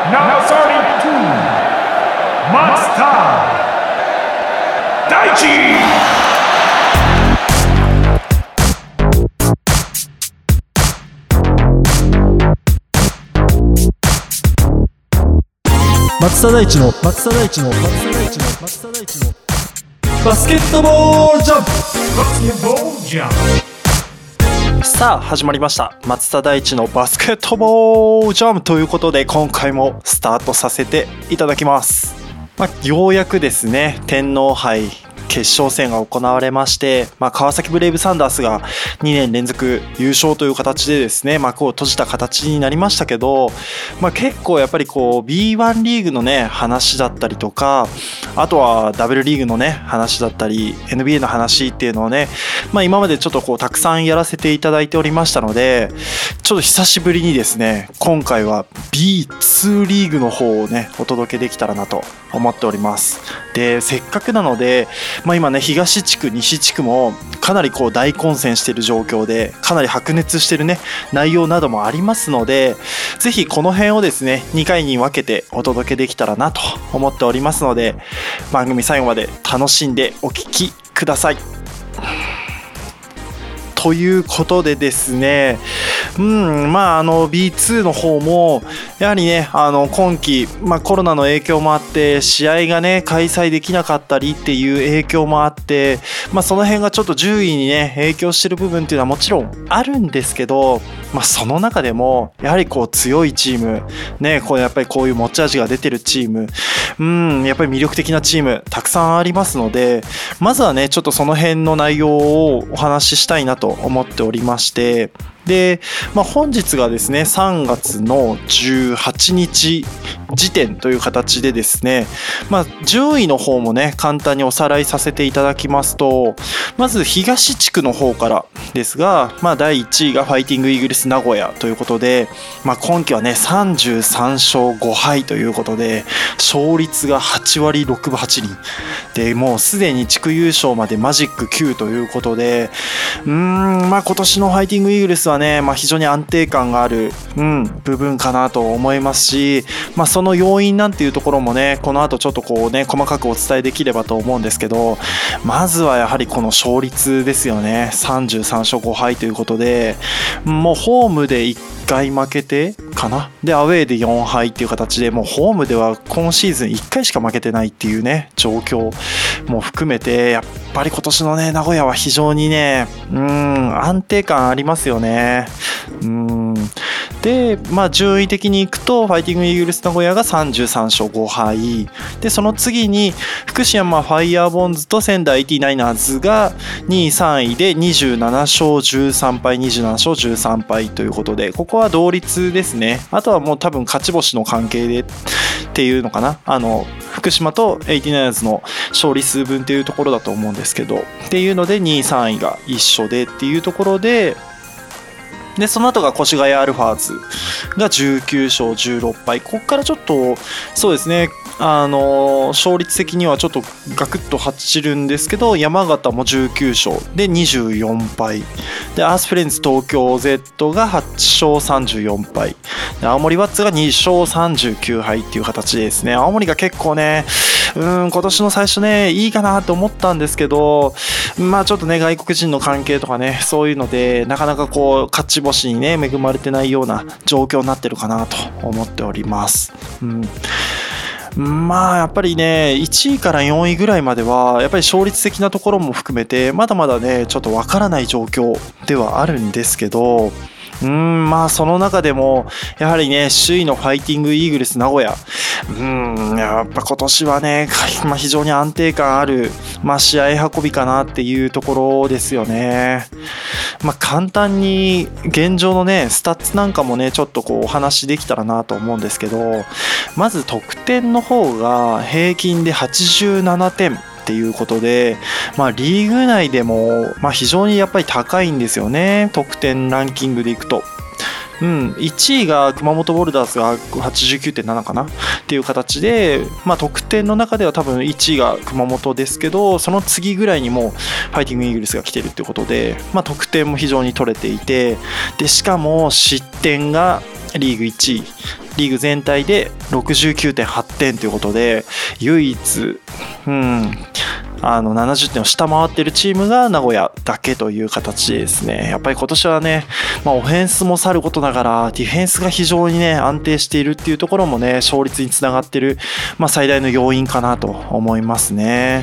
Now starting two, 松田大地。 松田大地のバスケットボールジャンプ。 さあ始まりました、松田大地のバスケットボールジャンプということで、今回もスタートさせていただきます。ようやくですね、天皇杯決勝戦が行われまして、川崎ブレイブサンダースが2年連続優勝という形でですね、幕を閉じた形になりましたけど、結構やっぱりB1 リーグのね話だったりとか、あとは W リーグのね話だったり NBA の話っていうのをね、今までちょっとたくさんやらせていただいておりましたので、ちょっと久しぶりにですね、今回は B2 リーグの方をねお届けできたらなと思っております。で、せっかくなので今ね、東地区西地区もかなり大混戦している状況で、かなり白熱しているね内容などもありますので、ぜひこの辺をですね2回に分けてお届けできたらなと思っておりますので、番組最後まで楽しんでお聞きください。ということでですね、B2 の方もやはりね、今季、コロナの影響もあって試合がね開催できなかったりっていう影響もあって、その辺がちょっと順位にね影響してる部分っていうのはもちろんあるんですけど、その中でもやはり強いチームね、やっぱりこういう持ち味が出てるチーム、やっぱり魅力的なチームたくさんありますので、まずはねちょっとその辺の内容をお話ししたいなと思っておりまして、で、本日がですね3月の18日時点という形でですね、順位の方もね簡単におさらいさせていただきますと、まず東地区の方からですが、第1位がファイティングイーグルス名古屋ということで、今季はね33勝5敗ということで、勝率が8割6分8厘で、もうすでに地区優勝までマジック9ということで、今年のファイティングイーグルスはね、非常に安定感がある、部分かなと思いますし、その要因なんていうところもねこの後ちょっと細かくお伝えできればと思うんですけど、まずはやはりこの勝率ですよね。33勝5敗ということで、もうホームで1回負けてかな、でアウェーで4敗っていう形で、もうホームでは今シーズン1回しか負けてないっていうね状況も含めて、やっぱり今年のね名古屋は非常にね安定感ありますよね。で、順位的にいくとファイティングイーグルス名古屋が33勝5敗で、その次に福島ファイヤーボンズと仙台 89ers が2位3位で27勝13敗27勝13敗ということで、ここは同率ですね。あとはもう多分勝ち星の関係でっていうのかな、福島と 89ers の勝利数分っていうところだと思うんですけど、っていうので2位3位が一緒でっていうところで、その後が越谷アルファーズが19勝16敗。ここからちょっとそうですね、勝率的にはちょっとガクッと走るんですけど、山形も19勝で24敗で、アースフレンズ東京 Z が8勝34敗で、青森ワッツが2勝39敗っていう形でですね、青森が結構ね今年の最初ねいいかなと思ったんですけど、ちょっとね外国人の関係とかねそういうのでなかなか勝ち星にね恵まれてないような状況になってるかなと思っております。やっぱりね1位から4位ぐらいまではやっぱり勝率的なところも含めてまだまだねちょっとわからない状況ではあるんですけど、その中でもやはりね首位のファイティングイーグルス名古屋、やっぱ今年はね、非常に安定感ある、試合運びかなっていうところですよね。簡単に現状のねスタッツなんかもねちょっとお話できたらなと思うんですけど、まず得点の方が平均で87点っていうことで、リーグ内でも非常にやっぱり高いんですよね、得点ランキングでいくと。 1位が熊本ボルダーズが 89.7 かなっていう形で、得点の中では多分1位が熊本ですけど、その次ぐらいにもファイティングイーグルスが来てるっていうことで、得点も非常に取れていて、でしかも失点がリーグ1位、リーグ全体で 69.8 点ということで、唯一、70点を下回っているチームが名古屋だけという形ですね。やっぱり今年はね、オフェンスもさることながらディフェンスが非常にね安定しているっていうところもね、勝率につながっている、最大の要因かなと思いますね。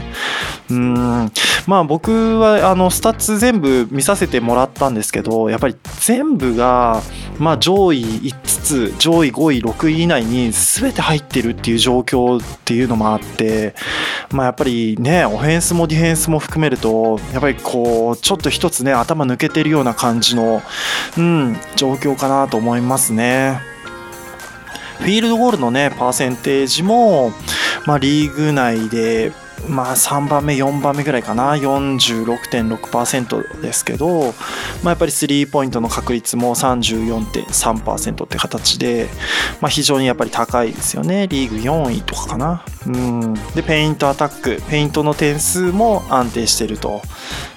僕はスタッツ全部見させてもらったんですけど、やっぱり全部が上位5つ、上位5位6位以内に全て入ってるっていう状況っていうのもあって、やっぱりね、オフェンスもディフェンスも含めると、やっぱりこうちょっと一つね頭抜けてるような感じの、状況かなと思いますね。フィールドゴールのねパーセンテージも、リーグ内で3番目4番目ぐらいかな、 46.6% ですけど、やっぱりスリーポイントの確率も 34.3% って形で、非常にやっぱり高いですよね。リーグ4位とかかな。でペイントアタック、ペイントの点数も安定してると。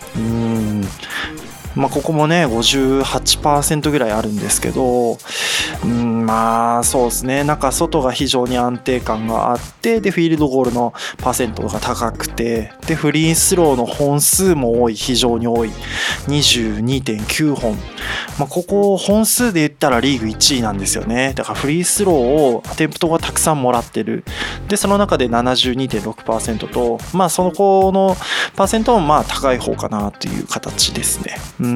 ここもね 58% ぐらいあるんですけど、そうですね、中外が非常に安定感があって、でフィールドゴールのパーセントが高くて、でフリースローの本数も多い、非常に多い 22.9 本、ここ本数で言ったらリーグ1位なんですよね。だからフリースローをアテンプトがたくさんもらってる。でその中で 72.6% と、その子のパーセントも高い方かなという形ですね。オフ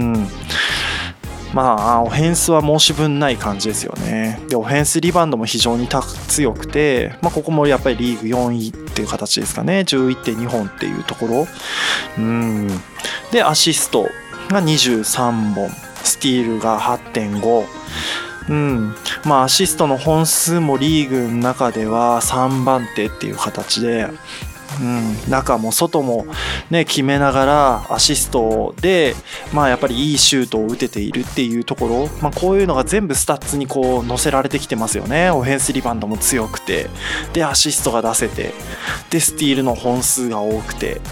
ェンスは申し分ない感じですよね。でオフェンスリバウンドも非常に強くて、ここもやっぱりリーグ4位っていう形ですかね。 11.2 本っていうところ。でアシストが23本、スティールが 8.5。アシストの本数もリーグの中では3番手っていう形で、中も外もね決めながらアシストでやっぱりいいシュートを打てているっていうところ、こういうのが全部スタッツにこう載せられてきてますよね。オフェンスリバウンドも強くて、でアシストが出せて、でスティールの本数が多くて、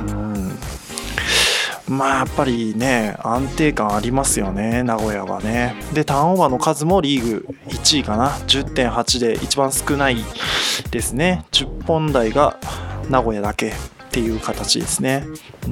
やっぱりね安定感ありますよね、名古屋はね。でターンオーバーの数もリーグ1位かな、 10.8 で一番少ないですね。10本台が名古屋だけっていう形ですね。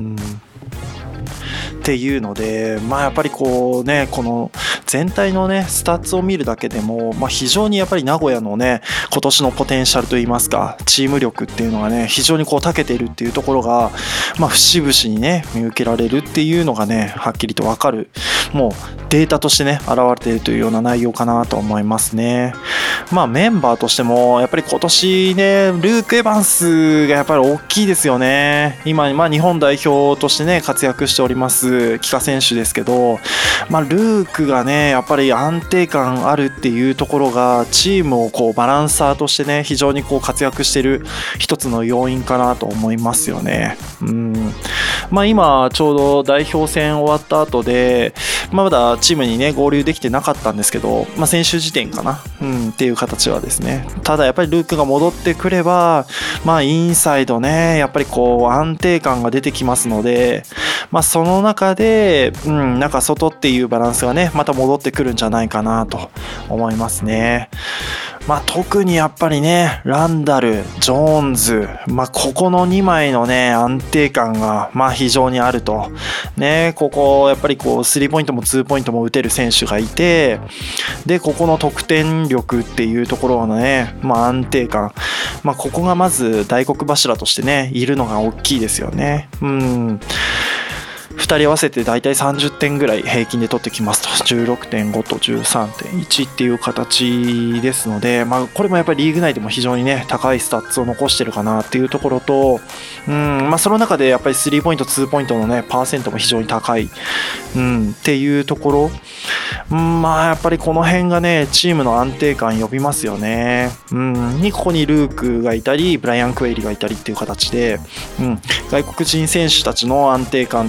っていうので、やっぱりこうね、この全体のねスタッツを見るだけでも、非常にやっぱり名古屋のね今年のポテンシャルといいますか、チーム力っていうのがね非常にこう長けているっていうところが、節々にね見受けられるっていうのがねはっきりと分かる、もうデータとしてね現れているというような内容かなと思いますね。メンバーとしてもやっぱり今年ねルーク・エヴァンスがやっぱり大きいですよね。今、日本代表としてね活躍しております帰化選手ですけど、ルークがねやっぱり安定感あるっていうところがチームをこうバランサーとしてね非常にこう活躍している一つの要因かなと思いますよね。今ちょうど代表戦終わった後で、まだチームにね合流できてなかったんですけど、先週時点かな、っていう形はですね。ただやっぱりルークが戻ってくれば、インサイドねやっぱりこう安定感が出てきますので、その中で、中外っていうバランスがねまた戻ってくるんじゃないかなと思いますね。特にやっぱりねランダル、ジョーンズ、ここの2枚のね安定感が非常にあるとね。ここやっぱりこうスリーポイントもツーポイントも打てる選手がいて、でここの得点力っていうところのね安定感、ここがまず大黒柱としてねいるのが大きいですよね。2人合わせてだいたい30点ぐらい平均で取ってきますと、 16.5 と 13.1 っていう形ですので、これもやっぱりリーグ内でも非常にね高いスタッツを残してるかなっていうところと、その中でやっぱりスリーポイントツーポイントのねパーセントも非常に高い、っていうところ、やっぱりこの辺がねチームの安定感呼びますよね。ここにルークがいたりブライアン・クエイリがいたりっていう形で、外国人選手たちの安定感っていうのは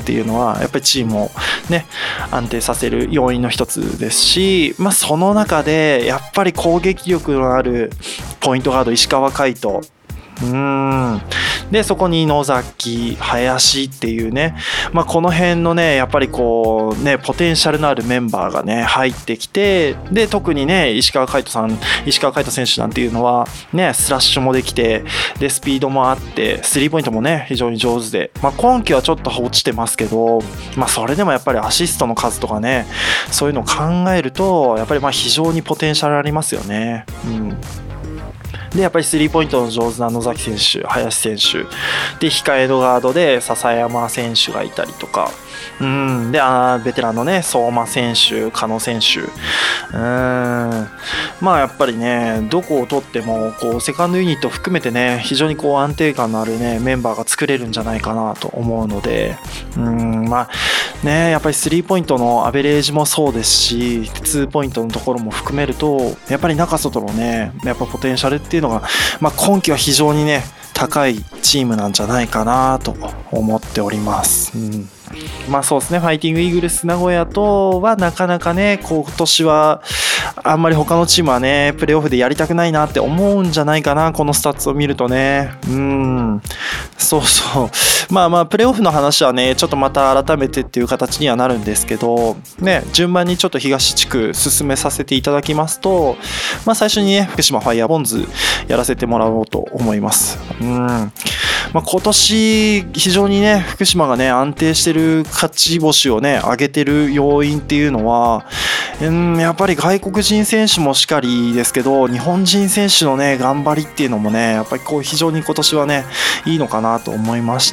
はやっぱりチームをね安定させる要因の一つですし、その中でやっぱり攻撃力のあるポイントガード石川海人でそこに野崎林っていうね、この辺のねやっぱりこうねポテンシャルのあるメンバーがね入ってきて、で特にね石川海人選手なんていうのはねスラッシュもできて、でスピードもあってスリーポイントもね非常に上手で、今季はちょっと落ちてますけど、それでもやっぱりアシストの数とかねそういうのを考えるとやっぱり非常にポテンシャルありますよね。でやっぱりスリーポイントの上手な野崎選手、林選手で控えのガードで笹山選手がいたりとか、でベテランのね相馬選手、加野選手、やっぱりねどこを取ってもこうセカンドユニット含めてね非常にこう安定感のあるねメンバーが作れるんじゃないかなと思うので、やっぱりスリーポイントのアベレージもそうですし、ツーポイントのところも含めるとやっぱり中外のねやっぱポテンシャルっていうのが、今季は非常にね高いチームなんじゃないかなと思っております。そうですね、ファイティングイーグルス名古屋とはなかなかね今年はあんまり他のチームはねプレーオフでやりたくないなって思うんじゃないかな、このスタッツを見るとね。そうプレーオフの話はねちょっとまた改めてっていう形にはなるんですけどね、順番にちょっと東地区進めさせていただきますと、最初にね福島ファイヤーボンズやらせてもらおうと思います。今年非常にね福島がね安定してる勝ち星をね上げてる要因っていうのはやっぱり外国人選手もしかりですけど日本人選手のね頑張りっていうのもねやっぱりこう非常に今年はねいいのかなと思いまして、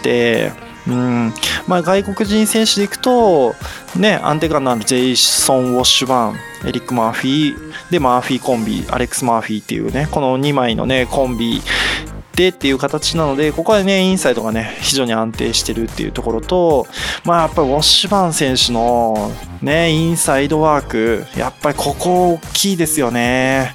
外国人選手でいくとね安定感のあるジェイソン・ウォッシュバーン、エリック・マーフィーでマーフィーコンビ、アレックス・マーフィーっていうねこの2枚のねコンビでっていう形なので、ここはねインサイドがね非常に安定してるっていうところと、やっぱりウォッシュバーン選手のねインサイドワークやっぱりここ大きいですよね。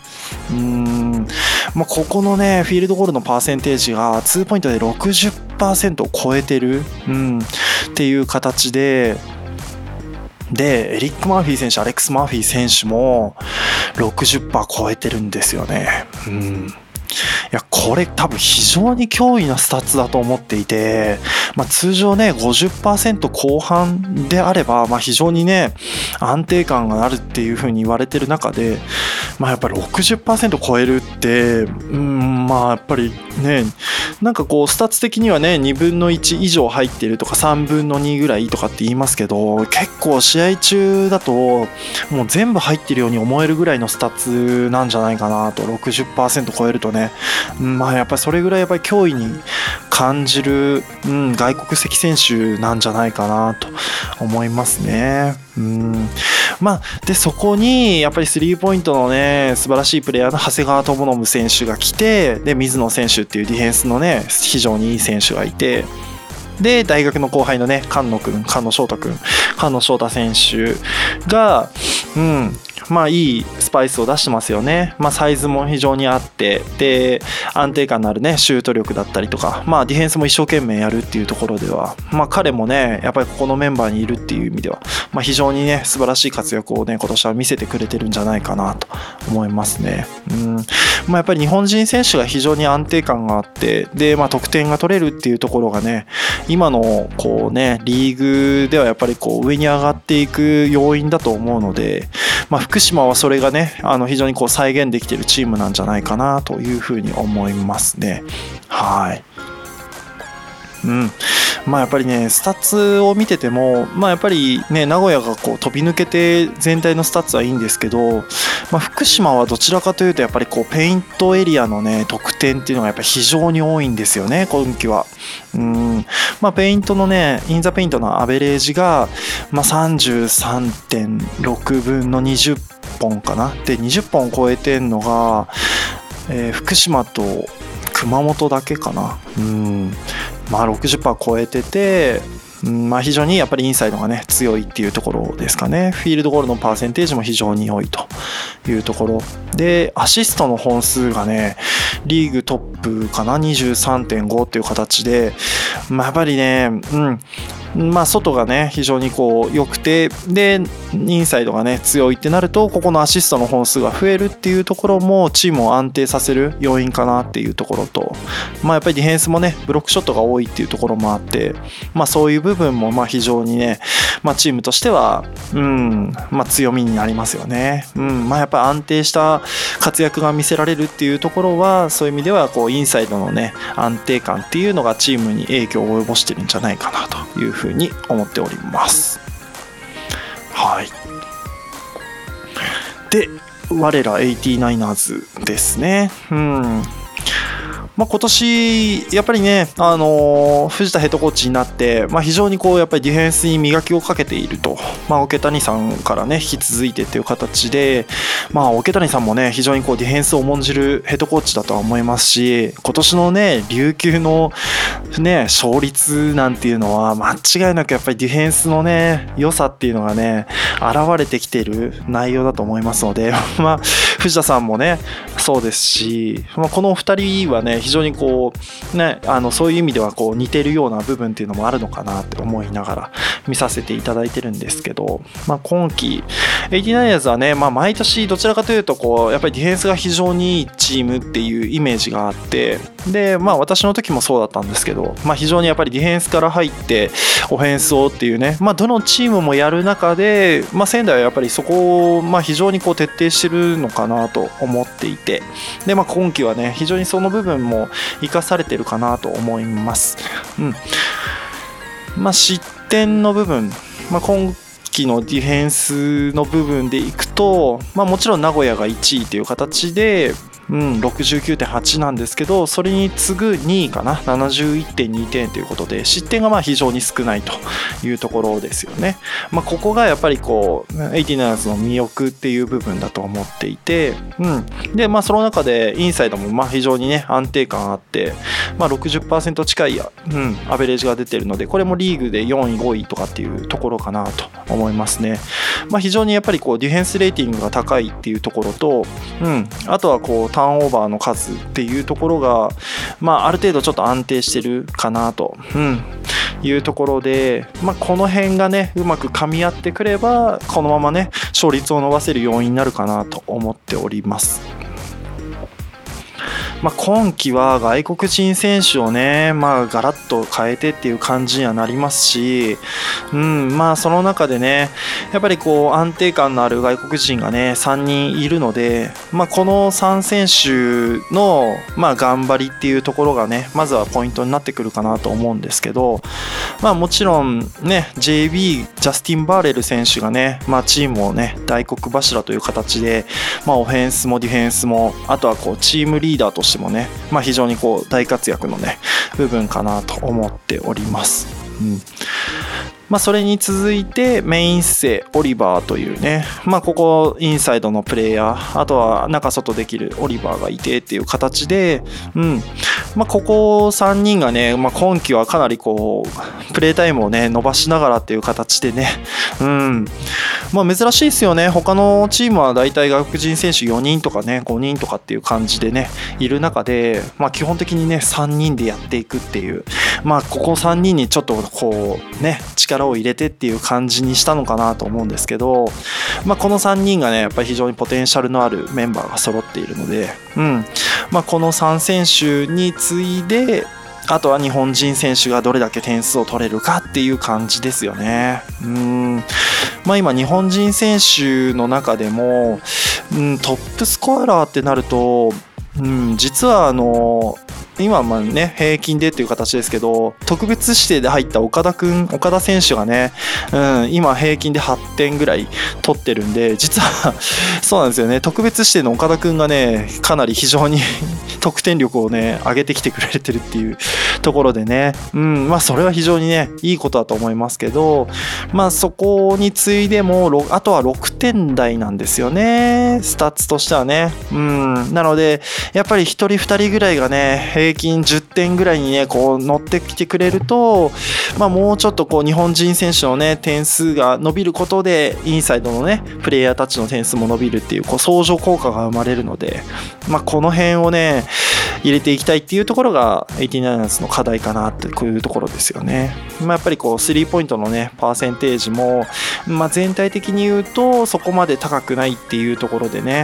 ここのねフィールドゴールのパーセンテージが2ポイントで 60% を超えてる、っていう形でエリック・マーフィー選手、アレックス・マーフィー選手も 60% 超えてるんですよね。いやこれ多分非常に脅威なスタッツだと思っていて、通常ね 50% 後半であれば、非常にね安定感があるっていう風に言われてる中で、やっぱり 60% 超えるってやっぱりねなんかこうスタッツ的にはね2分の1以上入ってるとか3分の2ぐらいとかって言いますけど、結構試合中だともう全部入ってるように思えるぐらいのスタッツなんじゃないかなと。 60% 超えるとねやっぱりそれぐらいやっぱり脅威に感じる、外国籍選手なんじゃないかなと思いますね。でそこにやっぱりスリーポイントのね素晴らしいプレイヤーの長谷川智信選手が来て、で水野選手っていうディフェンスのね非常にいい選手がいて、で大学の後輩のね菅野翔太選手がいいスパイスを出してますよね。サイズも非常にあって、で安定感のあるねシュート力だったりとか、ディフェンスも一生懸命やるっていうところでは、彼もねやっぱりここのメンバーにいるっていう意味では、非常にね素晴らしい活躍をね今年は見せてくれてるんじゃないかなと思いますね。やっぱり日本人選手が非常に安定感があって、で得点が取れるっていうところがね今のこうねリーグではやっぱりこう上に上がっていく要因だと思うので、福島はそれがね非常にこう再現できているチームなんじゃないかなというふうに思いますね。やっぱりねスタッツを見てても、やっぱりね名古屋がこう飛び抜けて全体のスタッツはいいんですけど、福島はどちらかというとやっぱりこうペイントエリアのね得点っていうのがやっぱり非常に多いんですよね今季は。ペイントのねインザペイントのアベレージが、33.6 分の20本かな。で20本超えてんのが、福島と熊本だけかな。60% 超えてて、非常にやっぱりインサイドがね強いっていうところですかね。フィールドゴールのパーセンテージも非常に多いというところで、アシストの本数がねリーグトップかな 23.5 っていう形で、やっぱりね外がね非常に良くて、でインサイドがね強いってなると、ここのアシストの本数が増えるっていうところもチームを安定させる要因かなっていうところと、やっぱりディフェンスもねブロックショットが多いっていうところもあって、そういう部分も非常にね、チームとしては強みになりますよね。やっぱり安定した活躍が見せられるっていうところは、そういう意味ではインサイドのね安定感っていうのがチームに影響を及ぼしてるんじゃないかなというふうに思っております。はい。で、我ら 89ers ですね。今年やっぱりね、藤田ヘッドコーチになって、非常にやっぱりディフェンスに磨きをかけていると、桶谷さんからね引き続いてっていう形で、桶谷さんもね非常にディフェンスを重んじるヘッドコーチだとは思いますし、今年のね琉球のね勝率なんていうのは間違いなくやっぱりディフェンスのね良さっていうのがね現れてきている内容だと思いますので、藤田さんもねそうですし、この2人はね非常にそういう意味では似てるような部分っていうのもあるのかなって思いながら見させていただいてるんですけど、今季 89ers はね、毎年どちらかというとやっぱりディフェンスが非常にいいチームっていうイメージがあって、で私の時もそうだったんですけど、非常にやっぱりディフェンスから入ってオフェンスをっていうね、どのチームもやる中で、仙台はやっぱりそこを非常に徹底してるのかなと思っていて、で今季はね非常にその部分も生かされてるかなと思います。失点の部分、今季のディフェンスの部分でいくと、もちろん名古屋が1位という形で69.8 なんですけど、それに次ぐ2位かな 71.2 点ということで、失点が非常に少ないというところですよね。ここがやっぱり89ers の魅力っていう部分だと思っていて、でその中でインサイドも非常にね安定感あって、60% 近いアベレージが出てるので、これもリーグで4位5位とかっていうところかなと思いますね。非常にやっぱりディフェンスレーティングが高いっていうところと、あとはターンオーバーの数っていうところが、ある程度ちょっと安定してるかなと、いうところで、この辺がねうまく噛み合ってくれば、このままね勝率を伸ばせる要因になるかなと思っております。今季は外国人選手をね、ガラッと変えてっていう感じにはなりますし、その中でねやっぱり安定感のある外国人がね3人いるので、この3選手の頑張りっていうところがねまずはポイントになってくるかなと思うんですけど、もちろんね JB ジャスティン・バーレル選手がね、チームをね大黒柱という形で、オフェンスもディフェンスも、あとはチームリーダーとしてもね、非常に大活躍のね部分かなと思っております。それに続いてメインセオリバーというね、ここインサイドのプレイヤー、あとは中外できるオリバーがいてっていう形で、ここ3人がね、今季はかなりプレータイムをね伸ばしながらっていう形でね、珍しいですよね。他のチームはだいたい外国人選手4人とかね5人とかっていう感じでねいる中で、基本的にね3人でやっていくっていう、ここ3人にちょっと力を入れてっていう感じにしたのかなと思うんですけど、この3人がねやっぱり非常にポテンシャルのあるメンバーが揃っているので、この3選手に次いで、あとは日本人選手がどれだけ点数を取れるかっていう感じですよね。今日本人選手の中でも、トップスコアラーってなると、実は今平均でっていう形ですけど、特別指定で入った岡田選手がね、今平均で8点ぐらい取ってるんで、実はそうなんですよね、特別指定の岡田君がねかなり非常に得点力をね上げてきてくれてるっていうところでね、それは非常にねいいことだと思いますけど、そこに次いでもあとは6点台なんですよね、スタッツとしてはね。なのでやっぱり1人2人ぐらいがね平均10点ぐらいにね乗ってきてくれると、もうちょっと日本人選手のね点数が伸びることで、インサイドのねプレイヤーたちの点数も伸びるっていう相乗効果が生まれるので、この辺をね入れていきたいっていうところが 89ers の課題かなってこういうところですよね。やっぱりこうスリーポイントのねパーセンテージも、全体的に言うとそこまで高くないっていうところでね、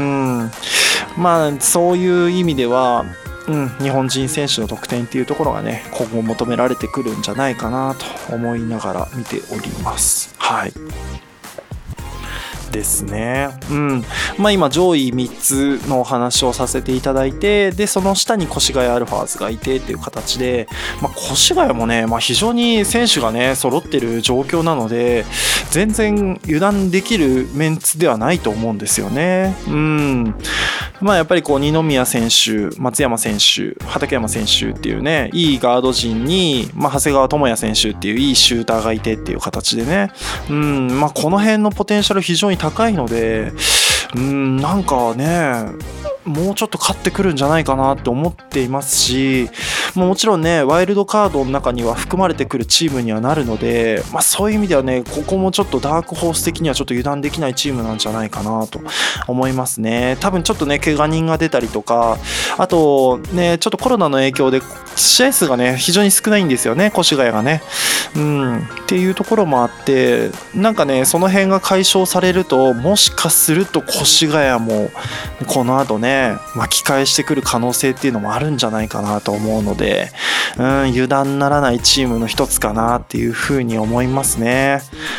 そういう意味では日本人選手の得点っていうところがね今後求められてくるんじゃないかなと思いながら見ております。はいですね。今上位3つのお話をさせていただいて、でその下に越谷アルファーズがいてっていう形で、越谷もね、非常に選手がね揃ってる状況なので全然油断できるメンツではないと思うんですよね。やっぱりこう二宮選手、松山選手、畠山選手っていうねいいガード陣に、長谷川智也選手っていういいシューターがいてっていう形でね、この辺のポテンシャル非常に高いので、なんかねもうちょっと勝ってくるんじゃないかなって思っていますし、もちろんねワイルドカードの中には含まれてくるチームにはなるので、そういう意味ではねここもちょっとダークホース的にはちょっと油断できないチームなんじゃないかなと思いますね。多分ちょっとね怪我人が出たりとか、あとねちょっとコロナの影響で試合数がね非常に少ないんですよね、越谷がね。っていうところもあって、なんかねその辺が解消されると、もしかすると越谷もこの後ね巻き返してくる可能性っていうのもあるんじゃないかなと思うので、油断ならないチームの一つかなっていうふうに思いますね。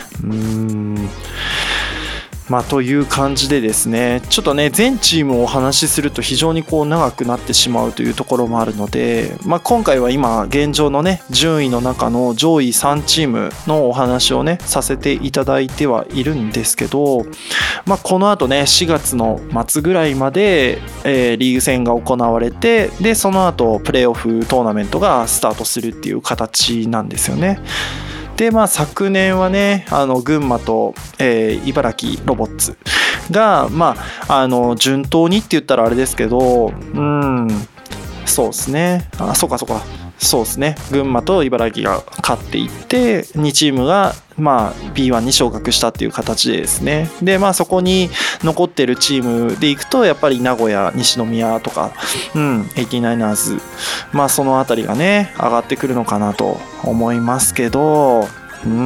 という感じでですね、ちょっとね全チームをお話しすると非常にこう長くなってしまうというところもあるので、今回は今現状のね順位の中の上位3チームのお話をねさせていただいてはいるんですけど、この後ね4月の末ぐらいまで、リーグ戦が行われて、でその後プレーオフトーナメントがスタートするっていう形なんですよね。で昨年はね群馬と、茨城ロボッツが順当にって言ったらあれですけど、そうですね、そうですね、群馬と茨城が勝っていって2チームがB1 に昇格したっていう形でですね、でそこに残ってるチームでいくとやっぱり名古屋、西宮とか、89ers、そのあたりがね上がってくるのかなと思いますけど、や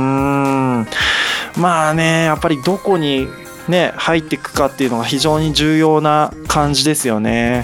っぱりどこにね入っていくかっていうのが非常に重要な感じですよね。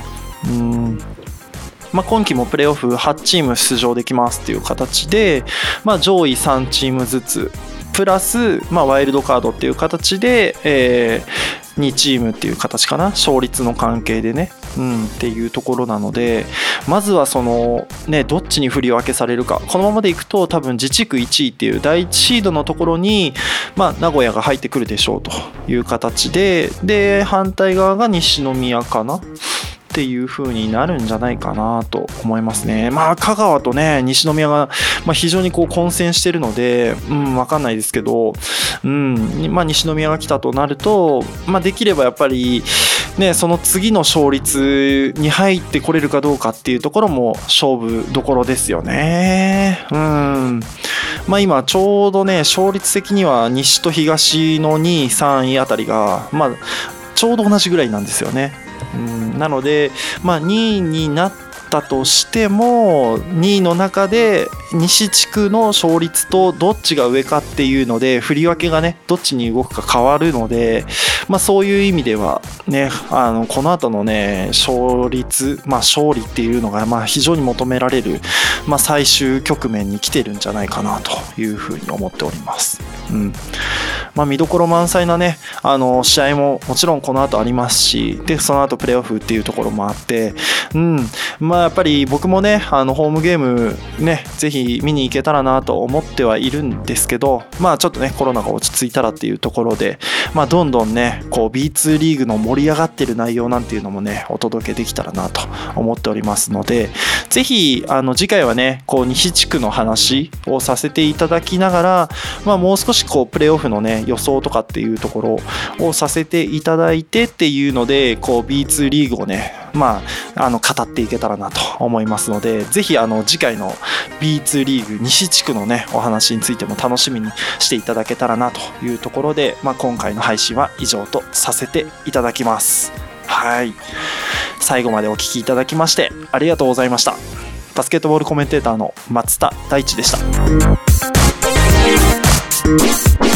今期もプレーオフ8チーム出場できますっていう形で、上位3チームずつプラス、ワイルドカードっていう形で、2チームっていう形かな、勝率の関係でね、っていうところなので、まずはそのねどっちに振り分けされるか。このままでいくと多分自地区1位っていう第1シードのところに、名古屋が入ってくるでしょうという形で、反対側が西宮かなっていう風になるんじゃないかなと思いますね。香川とね西宮が、非常にこう混戦してるので、分かんないですけど、西宮が来たとなると、できればやっぱりねその次の勝率に入ってこれるかどうかっていうところも勝負どころですよね。今ちょうどね勝率的には西と東の2位3位あたりがちょうど同じぐらいなんですよね。なので、2位になったとしても2位の中で西地区の勝率とどっちが上かっていうので振り分けがねどっちに動くか変わるので、そういう意味ではねこの後のね勝率、勝利っていうのが非常に求められる、最終局面に来てるんじゃないかなというふうに思っております。見どころ満載なね試合ももちろんこの後ありますし、でその後プレーオフっていうところもあって、やっぱり僕もねホームゲームねぜひ見に行けたらなと思ってはいるんですけど、ちょっとねコロナが落ち着いたらっていうところで、どんどんねこう B2 リーグの盛り上がってる内容なんていうのもねお届けできたらなと思っておりますので、ぜひ次回はねこう西地区の話をさせていただきながら、もう少しこうプレーオフのね予想とかっていうところをさせていただいてっていうので、こう B2 リーグをね語っていけたらなと思いますので、ぜひ次回の B2 リーグ西地区のねお話についても楽しみにしていただけたらなというところで、今回の配信は以上とさせていただきます。はい、 最後までお聞きいただきましてありがとうございました。バスケットボールコメンテーターの松田大地でした。